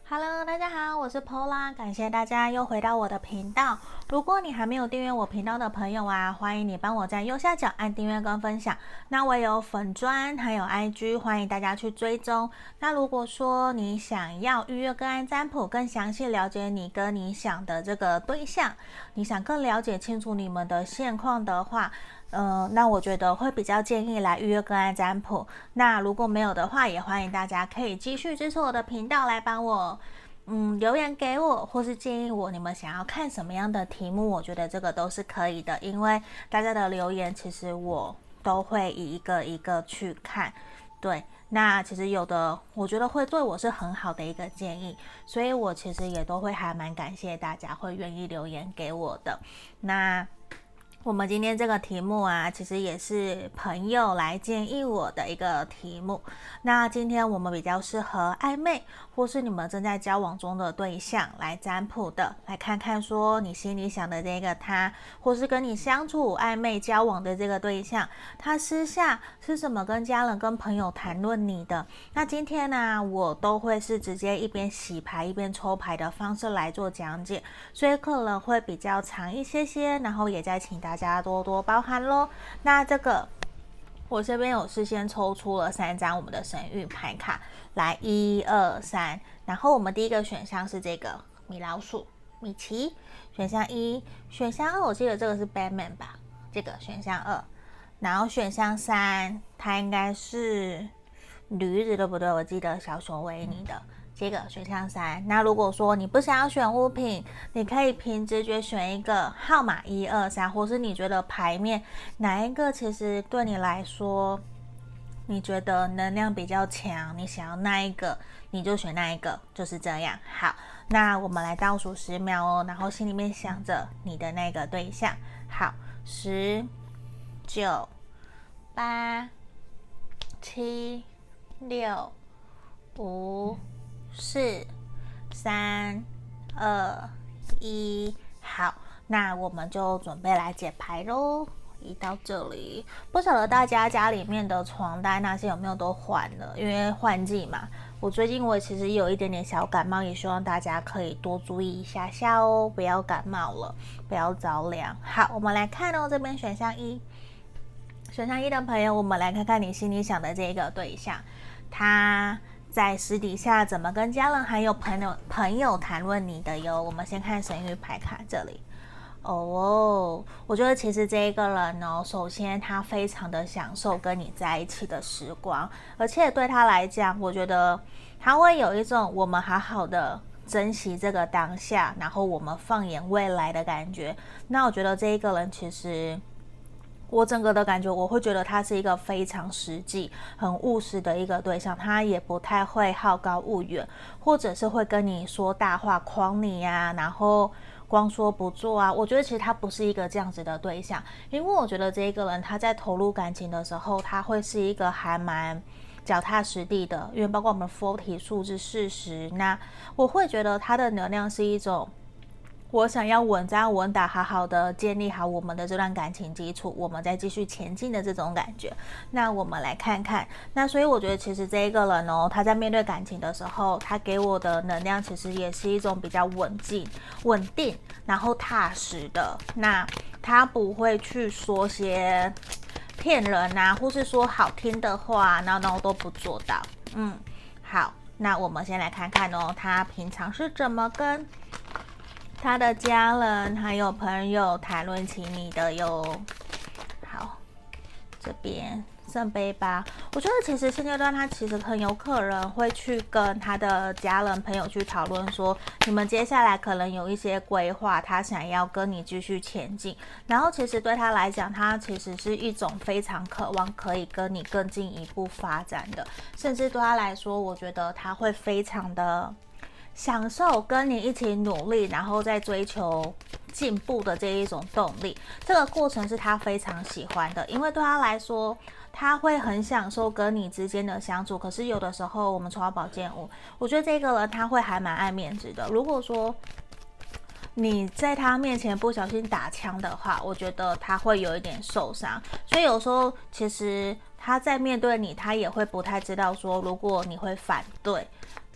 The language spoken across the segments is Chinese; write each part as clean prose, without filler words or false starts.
Hello，大家好，我是 Pola， 感谢大家又回到我的频道。如果你还没有订阅我频道的朋友啊，欢迎你帮我在右下角按订阅跟分享。那我有粉专还有 IG， 欢迎大家去追踪。那如果说你想要预约个案占卜，更详细了解你跟你想的这个对象，你想更了解清楚你们的现况的话，那我觉得会比较建议来预约个案占卜。那如果没有的话，也欢迎大家可以继续支持我的频道，来帮我留言给我，或是建议我你们想要看什么样的题目，我觉得这个都是可以的，因为大家的留言其实我都会一个一个去看。对，那其实有的我觉得会对我是很好的一个建议，所以我其实也都会还蛮感谢大家会愿意留言给我的。那我们今天这个题目啊，其实也是朋友来建议我的一个题目。那今天我们比较适合暧昧，或是你们正在交往中的对象来占卜的，来看看说你心里想的这个他，或是跟你相处暧昧交往的这个对象，他私下是怎么跟家人跟朋友谈论你的。那今天呢，我都会是直接一边洗牌一边抽牌的方式来做讲解，所以可能会比较长一些，然后也再请大家多多包涵咯。那这个我这边有事先抽出了3张我们的神谕牌卡，来1、2、3，然后我们第一个选项是这个米老鼠米奇，选项1，选项2我记得这个是 Batman 吧，这个选项2，然后选项3它应该是驴子对不对？我记得小熊维尼的这个选项3。那如果说你不想要选物品，你可以凭直觉选一个号码1、2、3，或是你觉得牌面哪一个其实对你来说你觉得能量比较强，你想要那一个你就选那一个，就是这样。好，那我们来倒数10秒哦，然后心里面想着你的那个对象。好，10、9、8、7、6、5、4、3、2、1，好，那我们就准备来解牌咯。移到这里，不晓得大家家里面的床单那些有没有都换了，因为换季嘛。我最近我其实有一点点小感冒，也希望大家可以多注意一下下哦，不要感冒了，不要着凉。好，我们来看哦，这边选项1，选项1的朋友，我们来看看你心里想的这个对象，他在私底下怎么跟家人还有朋友谈论你的哟。我们先看神谕牌卡这里。我觉得其实这一个人呢，首先他非常的享受跟你在一起的时光，而且对他来讲，我觉得他会有一种我们好好的珍惜这个当下，然后我们放眼未来的感觉。那我觉得这一个人其实我整个的感觉，我会觉得他是一个非常实际很务实的一个对象，他也不太会好高骛远，或者是会跟你说大话诓你啊，然后光说不做啊。我觉得其实他不是一个这样子的对象，因为我觉得这一个人他在投入感情的时候，他会是一个还蛮脚踏实地的，因为包括我们40数字40，那我会觉得他的能量是一种我想要稳扎稳打，好好的建立好我们的这段感情基础，我们再继续前进的这种感觉。那我们来看看，那所以我觉得其实这一个人哦，他在面对感情的时候，他给我的能量其实也是一种比较稳定，然后踏实的。那他不会去说些骗人啊，或是说好听的话，然后都不做到。好，那我们先来看看哦，他平常是怎么跟他的家人还有朋友谈论起你的哟。好，这边圣杯8，我觉得其实现阶段他其实很有可能会去跟他的家人朋友去讨论说，你们接下来可能有一些规划，他想要跟你继续前进。然后其实对他来讲，他其实是一种非常渴望可以跟你更进一步发展的，甚至对他来说，我觉得他会非常的享受跟你一起努力，然后再追求进步的这一种动力。这个过程是他非常喜欢的，因为对他来说，他会很享受跟你之间的相处。可是有的时候我们抽到宝剑5，我觉得这个人他会还蛮爱面子的。如果说你在他面前不小心打枪的话，我觉得他会有一点受伤。所以有时候其实他在面对你，他也会不太知道说，如果你会反对，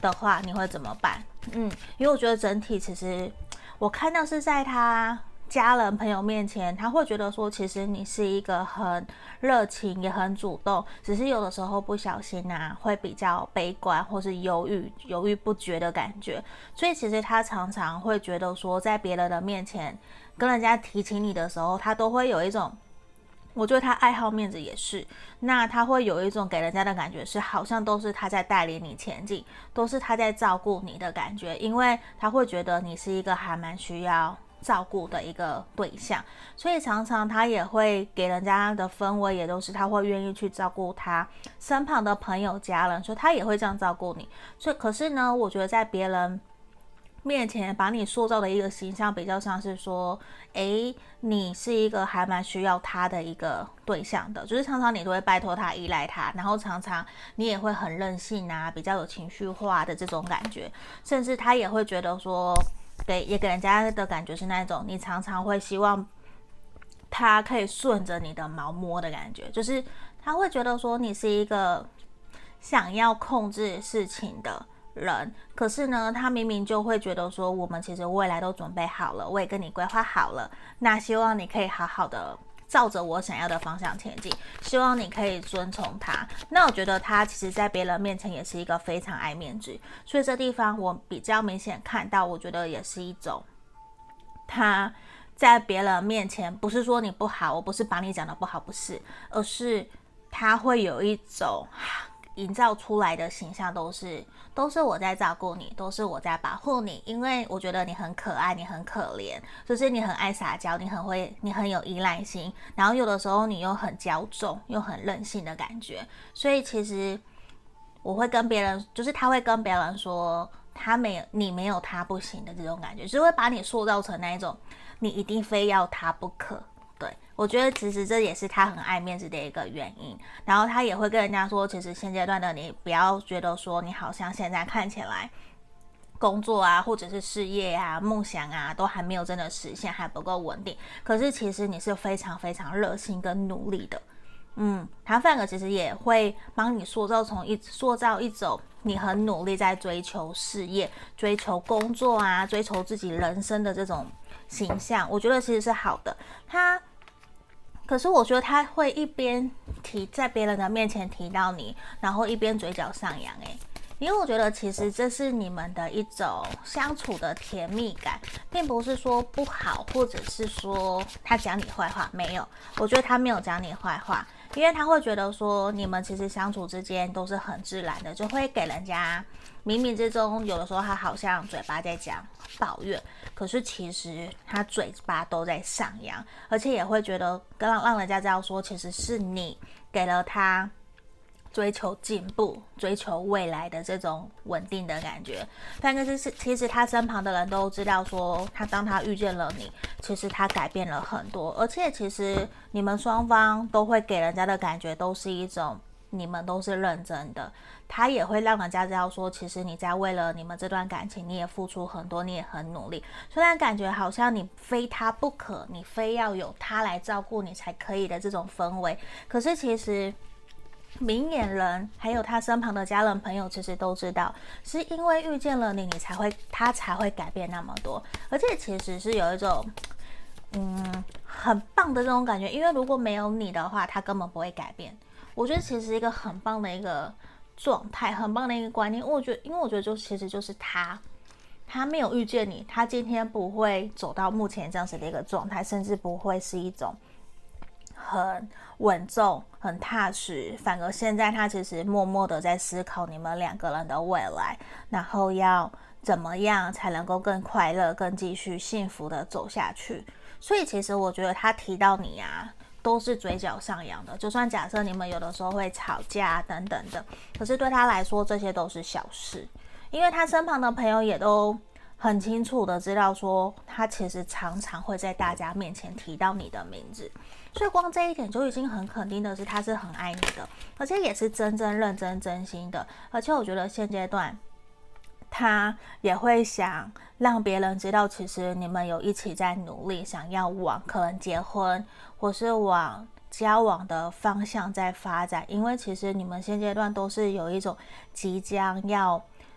的话，你会怎么办？因为我觉得整体其实我看到是在他家人朋友面前，他会觉得说其实你是一个很热情也很主动，只是有的时候不小心会比较悲观或是犹豫不决的感觉。所以其实他常常会觉得说在别人的面前跟人家提起你的时候，他都会有一种，我觉得他爱好面子也是，那他会有一种给人家的感觉是好像都是他在带领你前进，都是他在照顾你的感觉，因为他会觉得你是一个还蛮需要照顾的一个对象，所以常常他也会给人家的氛围也都是他会愿意去照顾他身旁的朋友家人，所以他也会这样照顾你。所以可是呢，我觉得在别人面前把你塑造的一个形象比较像是说，你是一个还蛮需要他的一个对象的，就是常常你都会拜托他依赖他，然后常常你也会很任性比较有情绪化的这种感觉，甚至他也会觉得说也给人家的感觉是那种你常常会希望他可以顺着你的毛摸的感觉，就是他会觉得说你是一个想要控制事情的人，可是呢他明明就会觉得说我们其实未来都准备好了，我也跟你规划好了，那希望你可以好好的照着我想要的方向前进，希望你可以遵从他。那我觉得他其实在别人面前也是一个非常爱面子，所以这地方我比较明显看到，我觉得也是一种他在别人面前不是说你不好，我不是把你讲的不好，不是，而是他会有一种营造出来的形象都是我在照顾你，都是我在保护你，因为我觉得你很可爱，你很可怜，就是你很爱撒娇，你很有依赖心，然后有的时候你又很骄纵又很任性的感觉，所以其实我会跟别人，就是他会跟别人说你没有他不行的这种感觉，就是会把你塑造成那一种你一定非要他不可。对，我觉得其实这也是他很爱面子的一个原因，然后他也会跟人家说，其实现阶段的你不要觉得说你好像现在看起来工作或者是事业梦想都还没有真的实现，还不够稳定，可是其实你是非常非常热心跟努力的。他反而其实也会帮你塑造一种你很努力在追求事业、追求工作追求自己人生的这种形象，我觉得其实是好的。可是我觉得他会一边在别人的面前提到你，然后一边嘴角上扬因为我觉得其实这是你们的一种相处的甜蜜感，并不是说不好，或者是说他讲你坏话，没有，我觉得他没有讲你坏话，因为他会觉得说你们其实相处之间都是很自然的，就会给人家冥冥之中有的时候他好像嘴巴在讲抱怨，可是其实他嘴巴都在上扬，而且也会觉得让人家知道说其实是你给了他追求进步、追求未来的这种稳定的感觉。但是其实他身旁的人都知道说当他遇见了你，其实他改变了很多，而且其实你们双方都会给人家的感觉都是一种你们都是认真的，他也会让人家知道说其实你在为了你们这段感情你也付出很多，你也很努力，虽然感觉好像你非他不可，你非要有他来照顾你才可以的这种氛围，可是其实明眼人还有他身旁的家人朋友其实都知道，是因为遇见了你他才会改变那么多，而且其实是有一种很棒的这种感觉，因为如果没有你的话他根本不会改变。我觉得其实一个很棒的一个状态，很棒的一个观念，因为我觉得其实就是他没有遇见你，他今天不会走到目前这样子的一个状态，甚至不会是一种很稳重很踏实，反而现在他其实默默的在思考你们两个人的未来，然后要怎么样才能够更快乐更继续幸福的走下去。所以其实我觉得他提到你都是嘴角上扬的，就算假设你们有的时候会吵架等等的，可是对他来说这些都是小事，因为他身旁的朋友也都很清楚的知道说他其实常常会在大家面前提到你的名字，所以光这一点就已经很肯定的是他是很爱你的，而且也是真正认真真心的，而且我觉得现阶段他也会想让别人知道其实你们有一起在努力，想要往可能结婚或是往交往的方向在发展，因为其实你们现阶段都是有一种即将要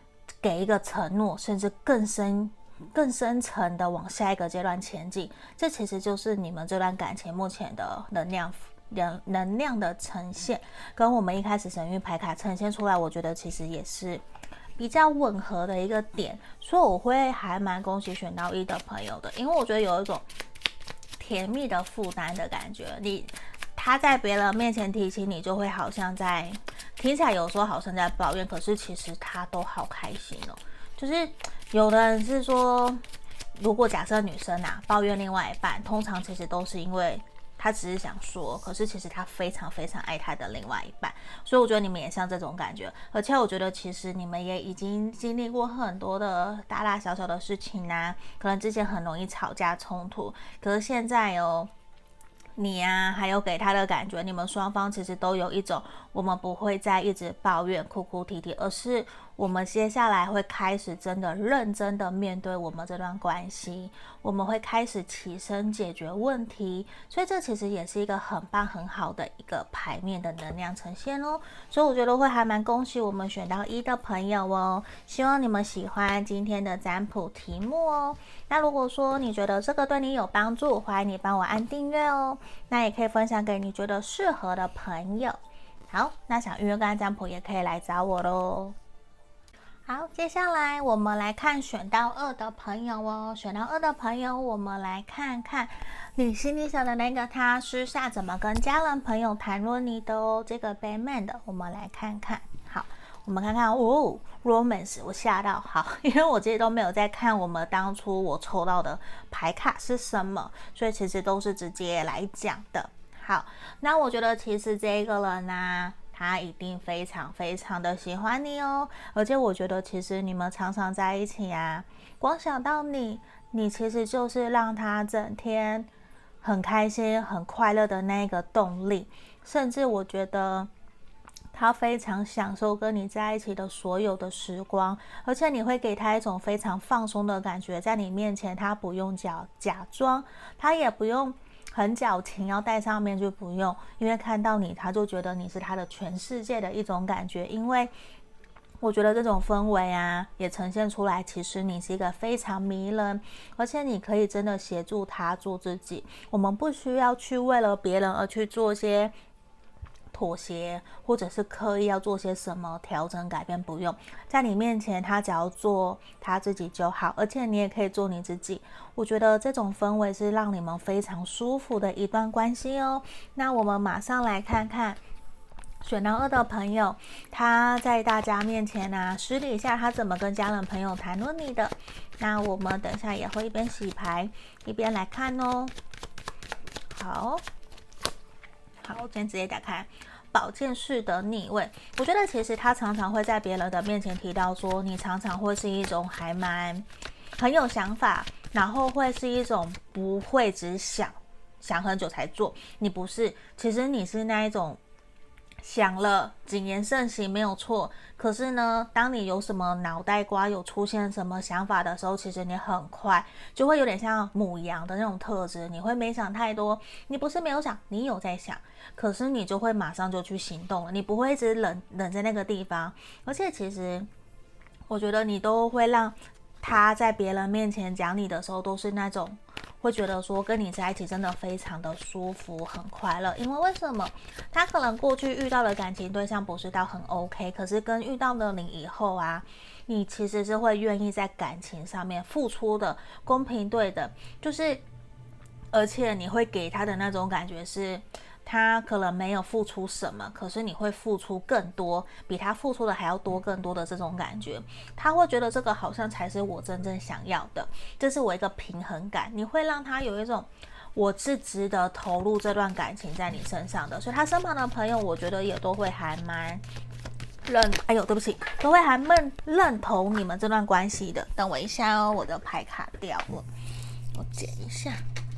给一个承诺，甚至更深层的往下一个阶段前进。这其实就是你们这段感情目前的能量的呈现，跟我们一开始神谕牌卡呈现出来，我觉得其实也是比较吻合的一个点，所以我会还蛮恭喜选到1的朋友的，因为我觉得有一种甜蜜的负担的感觉，他在别人面前提起你，就会好像在听起来有时候好像在抱怨，可是其实他都好开心哦。就是有的人是说，如果假设女生抱怨另外一半，通常其实都是因为他只是想说，可是其实他非常非常爱他的另外一半，所以我觉得你们也像这种感觉，而且我觉得其实你们也已经经历过很多的大大小小的事情可能之前很容易吵架冲突，可是现在你还有给他的感觉，你们双方其实都有一种，我们不会再一直抱怨哭哭啼啼，而是我们接下来会开始真的认真的面对我们这段关系，我们会开始起身解决问题，所以这其实也是一个很棒很好的一个牌面的能量呈现哦。所以我觉得会还蛮恭喜我们选到1的朋友哦，希望你们喜欢今天的占卜题目哦。那如果说你觉得这个对你有帮助，欢迎你帮我按订阅哦，那也可以分享给你觉得适合的朋友。好，那想预约个案占卜也可以来找我咯。好，接下来我们来看选到2的朋友哦。选到2的朋友，我们来看看你心里想的那个他私下怎么跟家人朋友谈论你的哦。这个被 man 的，我们来看看。好，我们看看romance， 我吓到。好，因为我这些都没有在看我们当初我抽到的牌卡是什么，所以其实都是直接来讲的。好，那我觉得其实这个人他一定非常非常的喜欢你哦，而且我觉得其实你们常常在一起光想到你其实就是让他整天很开心很快乐的那个动力，甚至我觉得他非常享受跟你在一起的所有的时光，而且你会给他一种非常放松的感觉，在你面前他不用假装，他也不用很矫情要戴上面具，不用，因为看到你他就觉得你是他的全世界的一种感觉。因为我觉得这种氛围也呈现出来，其实你是一个非常迷人，而且你可以真的协助他做自己，我们不需要去为了别人而去做些妥协，或者是刻意要做些什么调整改变，不用，在你面前他只要做他自己就好，而且你也可以做你自己。我觉得这种氛围是让你们非常舒服的一段关系哦。那我们马上来看看选到2的朋友，他在大家面前私底下他怎么跟家人朋友谈论你的。那我们等一下也会一边洗牌一边来看哦。好，今天直接打开宝剑4的逆位。我觉得其实他常常会在别人的面前提到说，你常常会是一种还蛮很有想法，然后会是一种不会只想很久才做，你不是，其实你是那一种想了谨言慎行没有错，可是呢当你有什么脑袋瓜有出现什么想法的时候，其实你很快就会有点像母羊的那种特质，你会没想太多，你不是没有想，你有在想，可是你就会马上就去行动了，你不会一直冷在那个地方。而且其实我觉得你都会让他在别人面前讲你的时候，都是那种会觉得说跟你在一起真的非常的舒服很快乐。因为什么？他可能过去遇到的感情对象不是到很 OK， 可是跟遇到了你以后你其实是会愿意在感情上面付出的，公平对的，就是而且你会给他的那种感觉是他可能没有付出什么，可是你会付出更多，比他付出的还要多更多的这种感觉，他会觉得这个好像才是我真正想要的，这是我一个平衡感，你会让他有一种我是值得投入这段感情在你身上的。所以他身旁的朋友我觉得也都会还蛮都会还蛮认同你们这段关系的。等我一下哦，我的牌卡掉了，我剪一下。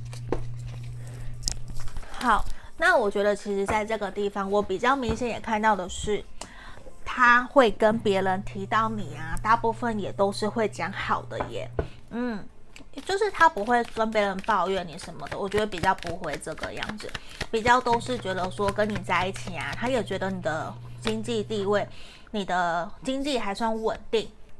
好，那我觉得其实在这个地方我比较明显也看到的是，他会跟别人提到你大部分也都是会讲好的耶。就是他不会跟别人抱怨你什么的，我觉得比较不会这个样子，比较都是觉得说跟你在一起他也觉得你的经济地位，你的经济还算稳定，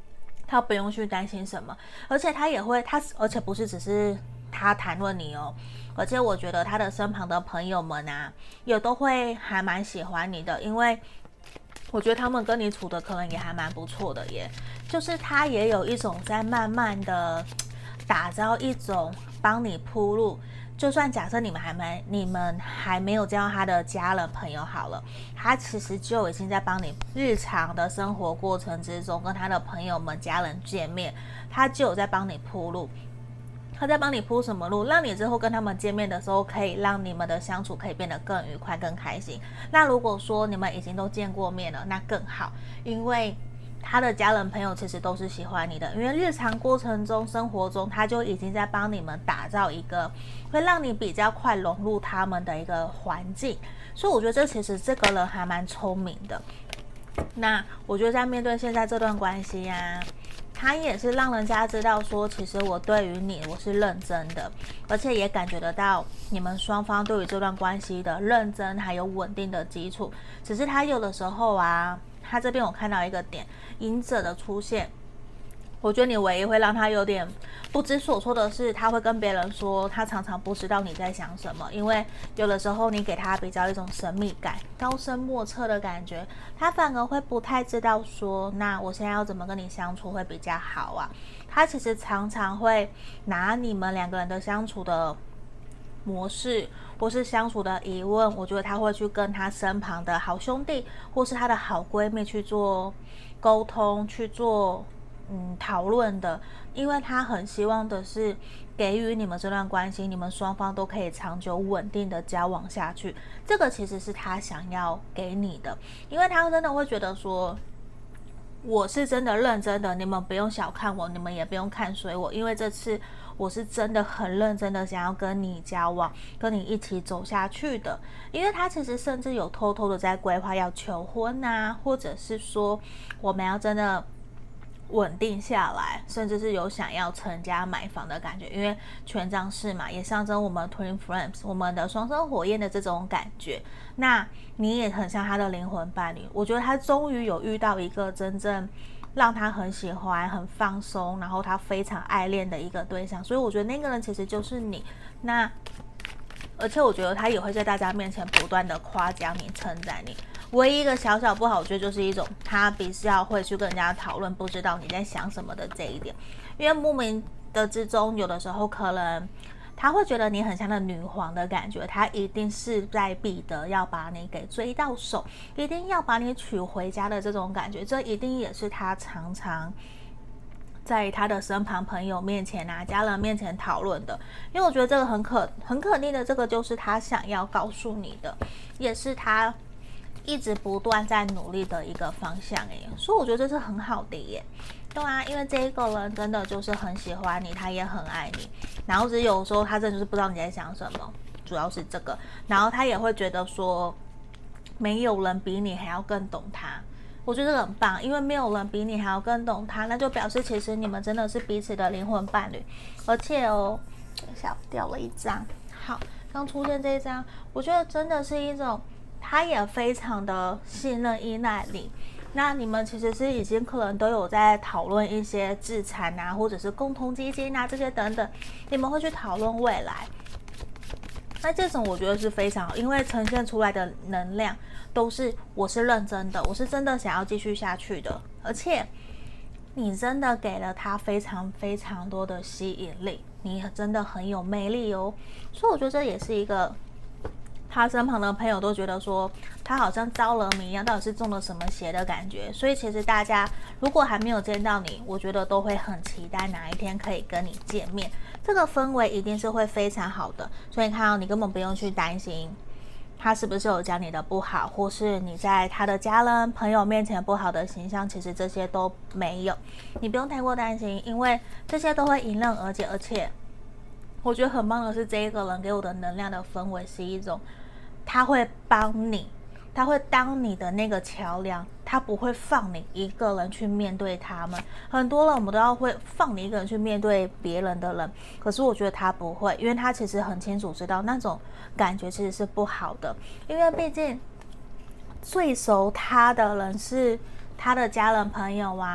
他不用去担心什么，而且他也会，而且不是只是他谈论你哦，而且我觉得他的身旁的朋友们啊，也都会还蛮喜欢你的，因为我觉得他们跟你处的可能也还蛮不错的耶，就是他也有一种在慢慢的打造一种帮你铺路。就算假设你们还没有见到他的家人朋友好了，他其实就已经在帮你日常的生活过程之中跟他的朋友们家人见面，他就有在帮你铺路。他在帮你铺什么路，让你之后跟他们见面的时候，可以让你们的相处可以变得更愉快更开心。那如果说你们已经都见过面了，那更好，因为他的家人朋友其实都是喜欢你的，因为日常过程中生活中他就已经在帮你们打造一个会让你比较快融入他们的一个环境，所以我觉得其实这个人还蛮聪明的。那我觉得在面对现在这段关系啊，他也是让人家知道说，其实我对于你我是认真的，而且也感觉得到你们双方对于这段关系的认真还有稳定的基础。只是他有的时候啊，他这边我看到一个点，隐者的出现，我觉得你唯一会让他有点不知所措的是，他会跟别人说他常常不知道你在想什么，因为有的时候你给他比较一种神秘感、高深莫测的感觉，他反而会不太知道说，那我现在要怎么跟你相处会比较好啊。他其实常常会拿你们两个人的相处的模式或是相处的疑问，我觉得他会去跟他身旁的好兄弟或是他的好闺蜜去做沟通，去做讨论的，因为他很希望的是给予你们这段关系，你们双方都可以长久稳定的交往下去，这个其实是他想要给你的，因为他真的会觉得说，我是真的认真的，你们不用小看我，你们也不用看衰我，因为这次我是真的很认真的想要跟你交往，跟你一起走下去的。因为他其实甚至有偷偷的在规划要求婚啊，或者是说我们要真的稳定下来，甚至是有想要成家买房的感觉，因为权杖四嘛，也象征我们 Twin Flames 我们的双生火焰的这种感觉。那你也很像他的灵魂伴侣，我觉得他终于有遇到一个真正让他很喜欢、很放松，然后他非常爱恋的一个对象，所以我觉得那个人其实就是你。那而且我觉得他也会在大家面前不断的夸奖你、称赞你。唯一一个小小不好，我觉得就是一种他比较会去跟人家讨论不知道你在想什么的这一点，因为莫名的之中，有的时候可能他会觉得你很像那女皇的感觉，他一定势在必得要把你给追到手，一定要把你娶回家的这种感觉，这一定也是他常常在他的身旁朋友面前啊、家人面前讨论的，因为我觉得这个很肯定的，这个就是他想要告诉你的，也是他一直不断在努力的一个方向耶，所以我觉得这是很好的耶。对啊，因为这一个人真的就是很喜欢你，他也很爱你，然后只有时候他真的就是不知道你在想什么，主要是这个，然后他也会觉得说没有人比你还要更懂他，我觉得这个很棒，因为没有人比你还要更懂他，那就表示其实你们真的是彼此的灵魂伴侣。而且哦，等一下掉了一张，好，刚出现这一张，我觉得真的是一种他也非常的信任依赖你，那你们其实是已经可能都有在讨论一些资产啊，或者是共同基金啊这些等等，你们会去讨论未来。那这种我觉得是非常好，因为呈现出来的能量都是我是认真的，我是真的想要继续下去的，而且你真的给了他非常非常多的吸引力，你真的很有魅力哦，所以我觉得这也是一个他身旁的朋友都觉得说他好像着了迷一样，到底是中了什么邪的感觉。所以其实大家如果还没有见到你，我觉得都会很期待哪一天可以跟你见面，这个氛围一定是会非常好的。所以看到你根本不用去担心他是不是有讲你的不好，或是你在他的家人朋友面前不好的形象，其实这些都没有，你不用太过担心，因为这些都会迎刃而解。而且我觉得很棒的是，这一个人给我的能量的氛围是一种他会帮你，他会当你的那个桥梁，他不会放你一个人去面对他们。很多人我们都要会放你一个人去面对别人的人，可是我觉得他不会，因为他其实很清楚知道那种感觉其实是不好的，因为毕竟最熟他的人是他的家人朋友啊，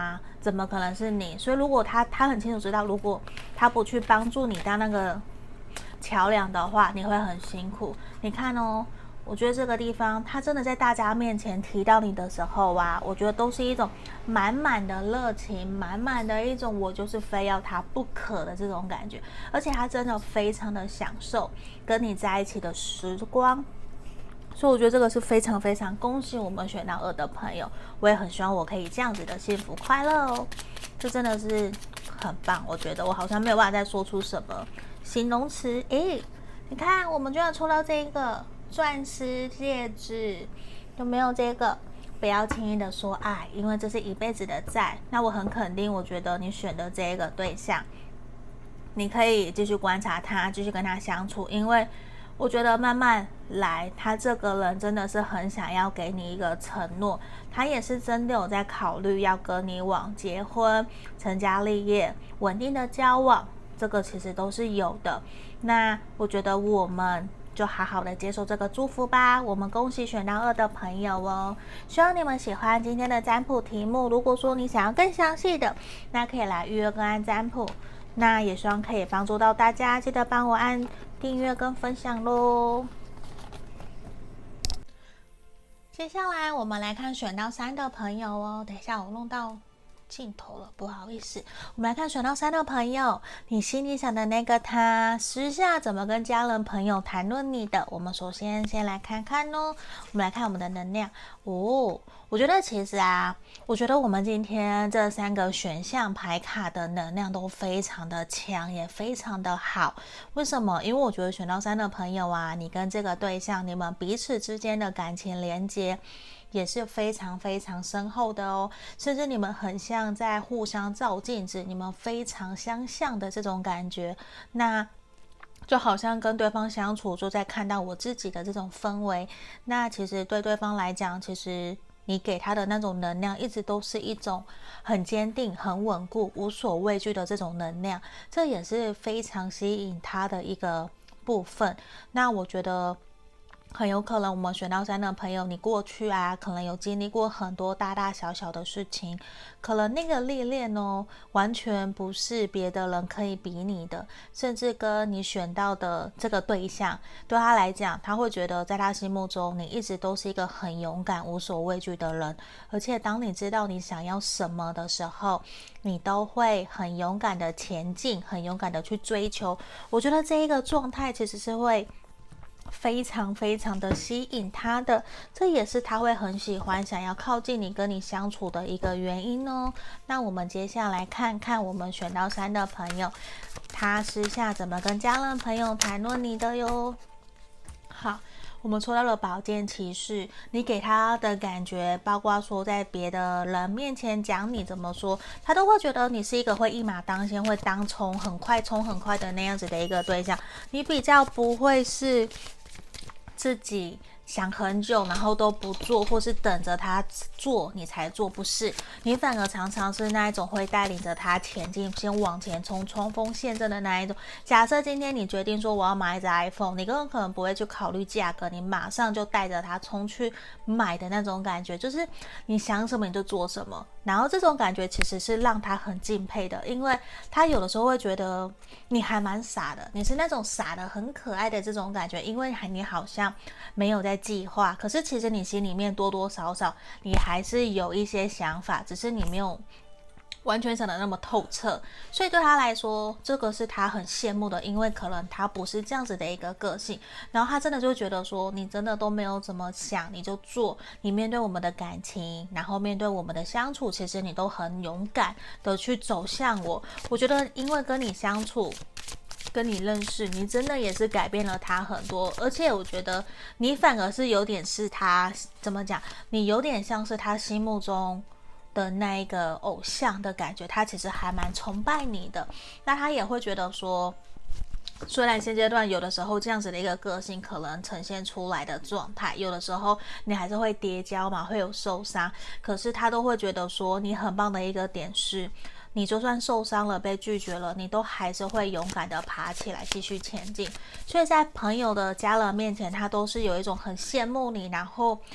怎么可能是你？所以如果他很清楚知道，如果他不去帮助你当那个桥梁的话，你会很辛苦。你看哦，我觉得这个地方他真的在大家面前提到你的时候啊，我觉得都是一种满满的热情，满满的一种我就是非要他不可的这种感觉，而且他真的非常的享受跟你在一起的时光。所以我觉得这个是非常非常恭喜我们选到2的朋友，我也很希望我可以这样子的幸福快乐哦，这真的是很棒。我觉得我好像没有办法再说出什么形容词。诶，你看我们居然抽到这个钻石戒指，有没有这个？不要轻易的说爱，因为这是一辈子的债。那我很肯定，我觉得你选的这个对象，你可以继续观察他，继续跟他相处，因为我觉得慢慢来，他这个人真的是很想要给你一个承诺，他也是真的有在考虑要跟你往结婚、成家立业、稳定的交往，这个其实都是有的。那我觉得我们就好好的接受这个祝福吧。我们恭喜选到2的朋友哦，希望你们喜欢今天的占卜题目。如果说你想要更详细的，那可以来预约个案占卜。那也希望可以帮助到大家，记得帮我按订阅跟分享咯。接下来我们来看选到3的朋友哦，等一下我弄到镜头了，不好意思。我们来看选到3的朋友，你心里想的那个他私下怎么跟家人朋友谈论你的，我们首先来看看哦。我们来看我们的能量哦。我觉得其实我觉得我们今天这3个选项牌卡的能量都非常的强，也非常的好。为什么？因为我觉得选到3的朋友你跟这个对象，你们彼此之间的感情连接也是非常非常深厚的哦，甚至你们很像在互相照镜子，你们非常相像的这种感觉。那就好像跟对方相处，就在看到我自己的这种氛围。那其实对对方来讲，其实你给他的那种能量，一直都是一种很坚定、很稳固、无所畏惧的这种能量，这也是非常吸引他的一个部分。那我觉得很有可能我们选到3的朋友，你过去可能有经历过很多大大小小的事情，可能那个历练完全不是别的人可以比拟的，甚至跟你选到的这个对象，对他来讲，他会觉得在他心目中你一直都是一个很勇敢、无所畏惧的人，而且当你知道你想要什么的时候，你都会很勇敢的前进，很勇敢的去追求。我觉得这一个状态其实是会非常非常的吸引他的，这也是他会很喜欢想要靠近你跟你相处的一个原因哦。那我们接下来看看我们选到3的朋友，他私下怎么跟家人朋友谈论你的哟。好，我们抽到了宝剑骑士，你给他的感觉，包括说在别的人面前讲你怎么说，他都会觉得你是一个会一马当先，会当冲很快冲很快的那样子的一个对象。你比较不会是自己想很久然后都不做，或是等着他做你才做，不是，你反而常常是那一种会带领着他前进，先往前冲，冲锋陷阵的那一种。假设今天你决定说我要买一只 iPhone， 你根本可能不会去考虑价格，你马上就带着他冲去买的那种感觉，就是你想什么你就做什么。然后这种感觉其实是让他很敬佩的，因为他有的时候会觉得你还蛮傻的，你是那种傻的很可爱的这种感觉，因为你好像没有在计划，可是其实你心里面多多少少你还是有一些想法，只是你没有完全想得那么透彻，所以对他来说这个是他很羡慕的，因为可能他不是这样子的一个个性，然后他真的就觉得说你真的都没有怎么想，你就做，你面对我们的感情，然后面对我们的相处，其实你都很勇敢的去走向我觉得因为跟你相处跟你认识，你真的也是改变了他很多，而且我觉得你反而是有点是他怎么讲，你有点像是他心目中的那一个偶像的感觉，他其实还蛮崇拜你的。那他也会觉得说，虽然现阶段有的时候这样子的一个个性可能呈现出来的状态，有的时候你还是会跌跤嘛，会有受伤，可是他都会觉得说你很棒的一个点是，你就算受伤了被拒绝了，你都还是会勇敢的爬起来继续前进。所以在朋友的家人面前，他都是有一种很羡慕你，然后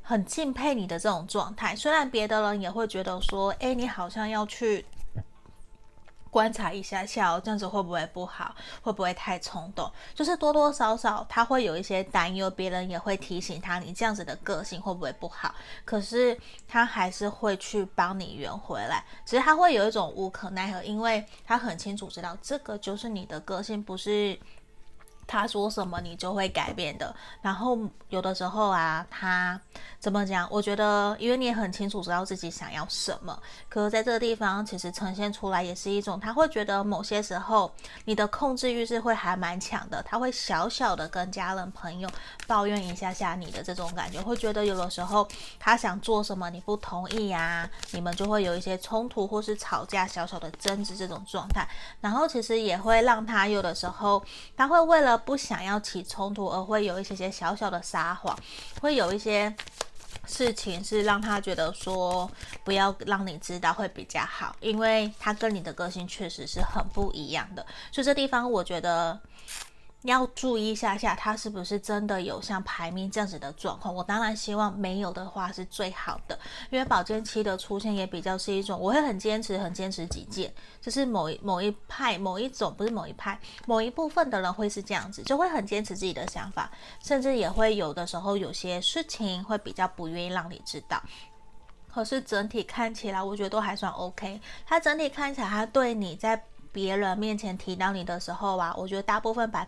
很敬佩你的这种状态。虽然别的人也会觉得说，哎，你好像要去观察一下下哦，这样子会不会不好？会不会太冲动？就是多多少少他会有一些担忧，别人也会提醒他，你这样子的个性会不会不好？可是他还是会去帮你圆回来，只是他会有一种无可奈何，因为他很清楚知道这个就是你的个性，不是他说什么你就会改变的。然后有的时候啊，他怎么讲？我觉得因为你也很清楚知道自己想要什么，可是在这个地方其实呈现出来也是一种，他会觉得某些时候你的控制欲是会还蛮强的，他会小小的跟家人朋友抱怨一下下你的这种感觉，会觉得有的时候他想做什么你不同意啊，你们就会有一些冲突或是吵架，小小的争执这种状态。然后其实也会让他有的时候他会为了不想要起冲突而会有一些小小的撒谎，会有一些事情是让他觉得说不要让你知道会比较好，因为他跟你的个性确实是很不一样的。所以这地方我觉得要注意一下下，他是不是真的有像排命这样子的状况。我当然希望没有的话是最好的，因为宝剑七的出现也比较是一种我会很坚持己见，就是某一派某一种，不是某一派某一部分的人会是这样子，就会很坚持自己的想法，甚至也会有的时候有些事情会比较不愿意让你知道。可是整体看起来我觉得都还算 OK， 他整体看起来他对你在别人面前提到你的时候啊，我觉得大部分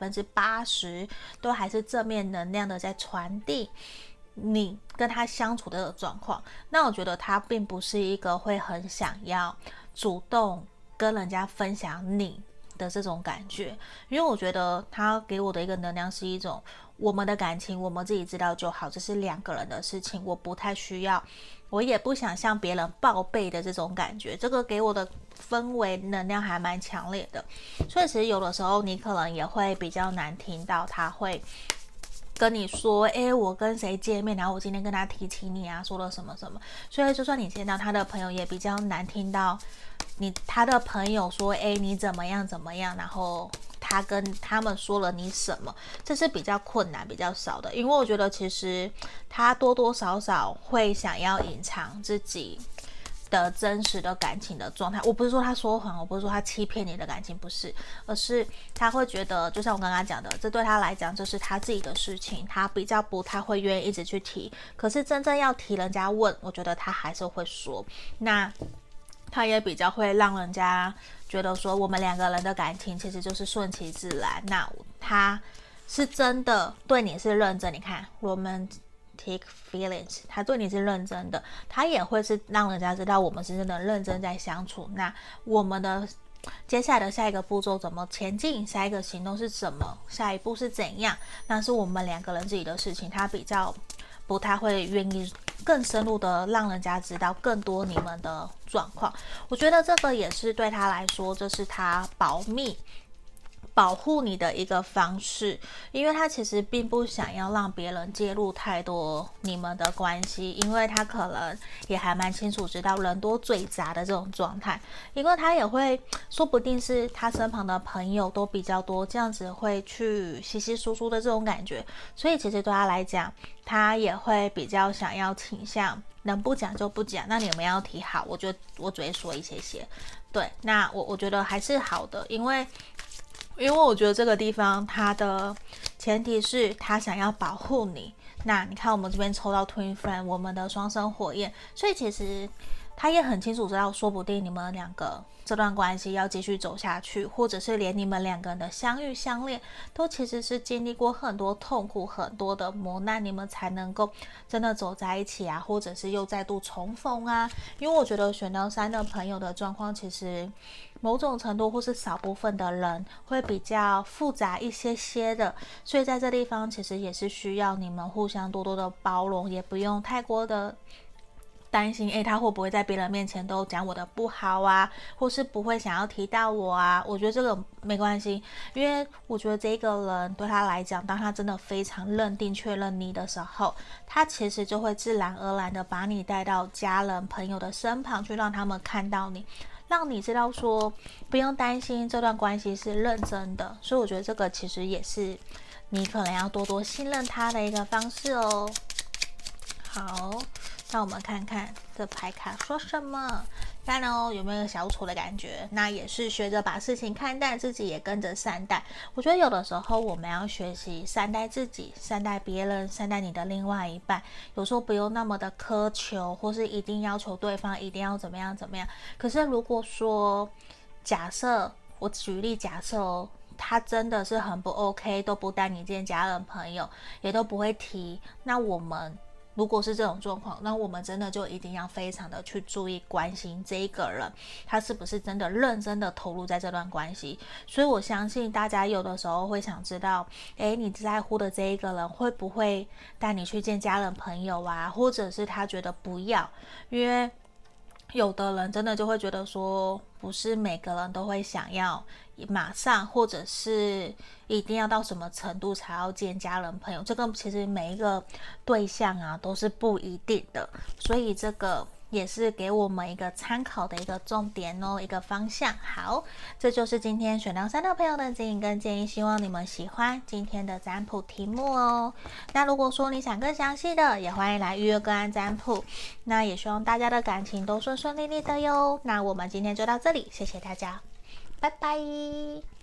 80%都还是正面能量的在传递你跟他相处的状况。那我觉得他并不是一个会很想要主动跟人家分享你的这种感觉，因为我觉得他给我的一个能量是一种我们的感情我们自己知道就好，这是两个人的事情，我不太需要，我也不想向别人报备的这种感觉，这个给我的氛围能量还蛮强烈的。所以其实有的时候你可能也会比较难听到他会跟你说，我跟谁见面，然后我今天跟他提起你啊，说了什么什么。所以就算你见到他的朋友，也比较难听到他的朋友说，你怎么样怎么样，然后他跟他们说了你什么，这是比较困难比较少的。因为我觉得其实他多多少少会想要隐藏自己的真实的感情的状态。我不是说他说谎，我不是说他欺骗你的感情，不是，而是他会觉得就像我刚刚讲的，这对他来讲就是他自己的事情，他比较不太会愿意一直去提，可是真正要提人家问，我觉得他还是会说。那他也比较会让人家觉得说我们两个人的感情其实就是顺其自然，那他是真的对你是认真，你看romantic feelings， 他对你是认真的，他也会是让人家知道我们是真的认真在相处。那我们的接下来的下一个步骤怎么前进，下一个行动是什么，下一步是怎样，那是我们两个人自己的事情，他比较不太会愿意更深入的让人家知道更多你们的状况。我觉得这个也是对他来说，这是他保护你的一个方式，因为他其实并不想要让别人介入太多你们的关系，因为他可能也还蛮清楚知道人多嘴杂的这种状态，因为他也会说不定是他身旁的朋友都比较多，这样子会去稀稀疏疏的这种感觉，所以其实对他来讲，他也会比较想要倾向能不讲就不讲，那你们要提好，我只会说一些，对，那我觉得还是好的，因为我觉得这个地方它的前提是他想要保护你。那你看我们这边抽到 Twin Flame， 我们的双生火焰，所以其实他也很清楚知道，说不定你们两个这段关系要继续走下去，或者是连你们两个人的相遇相恋都其实是经历过很多痛苦很多的磨难，你们才能够真的走在一起啊，或者是又再度重逢啊。因为我觉得选到3的朋友的状况，其实某种程度或是少部分的人会比较复杂一些的，所以在这地方其实也是需要你们互相多多的包容，也不用太过的担心他会不会在别人面前都讲我的不好啊，或是不会想要提到我啊。我觉得这个没关系，因为我觉得这个人对他来讲，当他真的非常认定确认你的时候，他其实就会自然而然的把你带到家人朋友的身旁去，让他们看到你，让你知道说不用担心，这段关系是认真的。所以我觉得这个其实也是你可能要多多信任他的一个方式哦。 好，那我们看看这牌卡说什么。看哦，有没有小丑的感觉？那也是学着把事情看淡，自己也跟着善待。我觉得有的时候我们要学习善待自己，善待别人，善待你的另外一半。有时候不用那么的苛求，或是一定要求对方一定要怎么样怎么样。可是如果说假设我举例，假设哦，他真的是很不 OK， 都不带你见家人朋友，也都不会提，那我们如果是这种状况，那我们真的就一定要非常的去注意关心这一个人，他是不是真的认真的投入在这段关系。所以我相信大家有的时候会想知道，你在乎的这一个人会不会带你去见家人朋友啊，或者是他觉得不要，因为有的人真的就会觉得说，不是每个人都会想要马上，或者是一定要到什么程度才要见家人朋友，这个其实每一个对象啊都是不一定的，所以这个也是给我们一个参考的一个重点哦，一个方向。好，这就是今天选到3的朋友的指引跟建议，希望你们喜欢今天的占卜题目哦。那如果说你想更详细的，也欢迎来预约个案占卜。那也希望大家的感情都顺顺利利的哟。那我们今天就到这里，谢谢大家，拜拜。